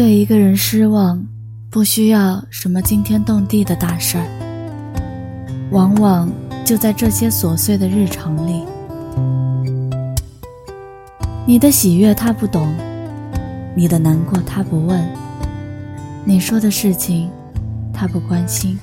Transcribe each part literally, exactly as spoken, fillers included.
对一个人失望，不需要什么惊天动地的大事儿，往往就在这些琐碎的日常里。你的喜悦他不懂，你的难过他不问，你说的事情他不关心。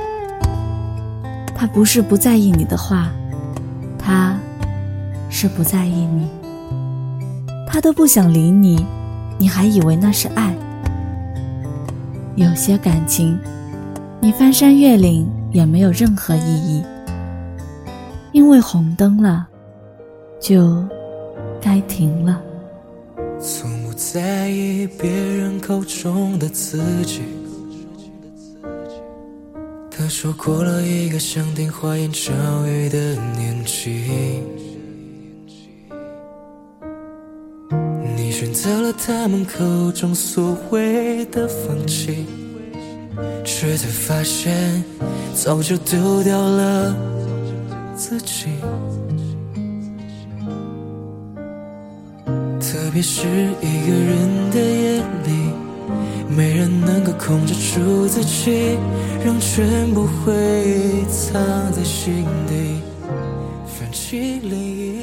他不是不在意你的话，他是不在意你。他都不想理你，你还以为那是爱。有些感情，你翻山越岭也没有任何意义，因为红灯了，就该停了。 从不在意别人口中的自己，他说过了一个想听花言巧语的年纪，你选择了他们口中所谓的放弃，却才发现早就丢掉了自己。特别是一个人的夜里，没人能够控制住自己，让全部回忆藏在心底，泛起涟漪。